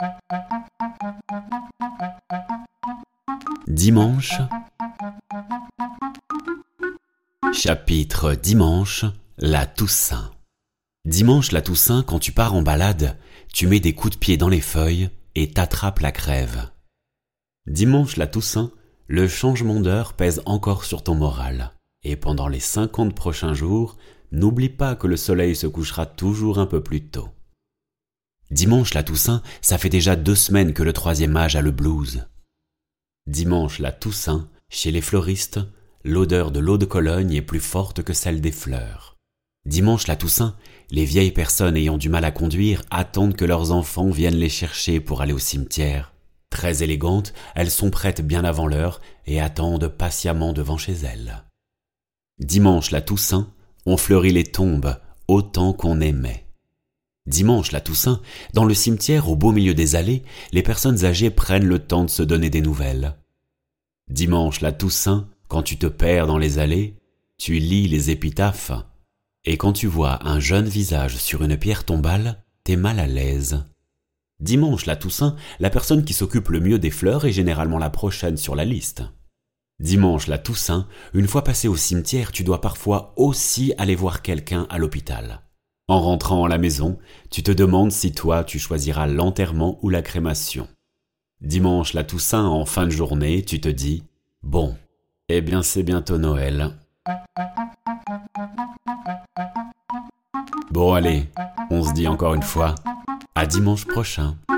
Dimanche. Chapitre Dimanche, la Toussaint. Dimanche la Toussaint, quand tu pars en balade, tu mets des coups de pied dans les feuilles et t'attrapes la crève. Dimanche la Toussaint, le changement d'heure pèse encore sur ton moral. Et pendant les 50 prochains jours, n'oublie pas que le soleil se couchera toujours un peu plus tôt. Dimanche la Toussaint, ça fait déjà 2 semaines que le 3e âge a le blues. Dimanche la Toussaint, chez les fleuristes, l'odeur de l'eau de Cologne est plus forte que celle des fleurs. Dimanche la Toussaint, les vieilles personnes ayant du mal à conduire attendent que leurs enfants viennent les chercher pour aller au cimetière. Très élégantes, elles sont prêtes bien avant l'heure et attendent patiemment devant chez elles. Dimanche la Toussaint, on fleurit les tombes autant qu'on aimait. Dimanche la Toussaint, dans le cimetière au beau milieu des allées, les personnes âgées prennent le temps de se donner des nouvelles. Dimanche la Toussaint, quand tu te perds dans les allées, tu lis les épitaphes. Et quand tu vois un jeune visage sur une pierre tombale, t'es mal à l'aise. Dimanche la Toussaint, la personne qui s'occupe le mieux des fleurs est généralement la prochaine sur la liste. Dimanche la Toussaint, une fois passé au cimetière, tu dois parfois aussi aller voir quelqu'un à l'hôpital. En rentrant à la maison, tu te demandes si toi tu choisiras l'enterrement ou la crémation. Dimanche la Toussaint, en fin de journée, tu te dis « Bon, eh bien c'est bientôt Noël. » Bon allez, on se dit encore une fois, à dimanche prochain.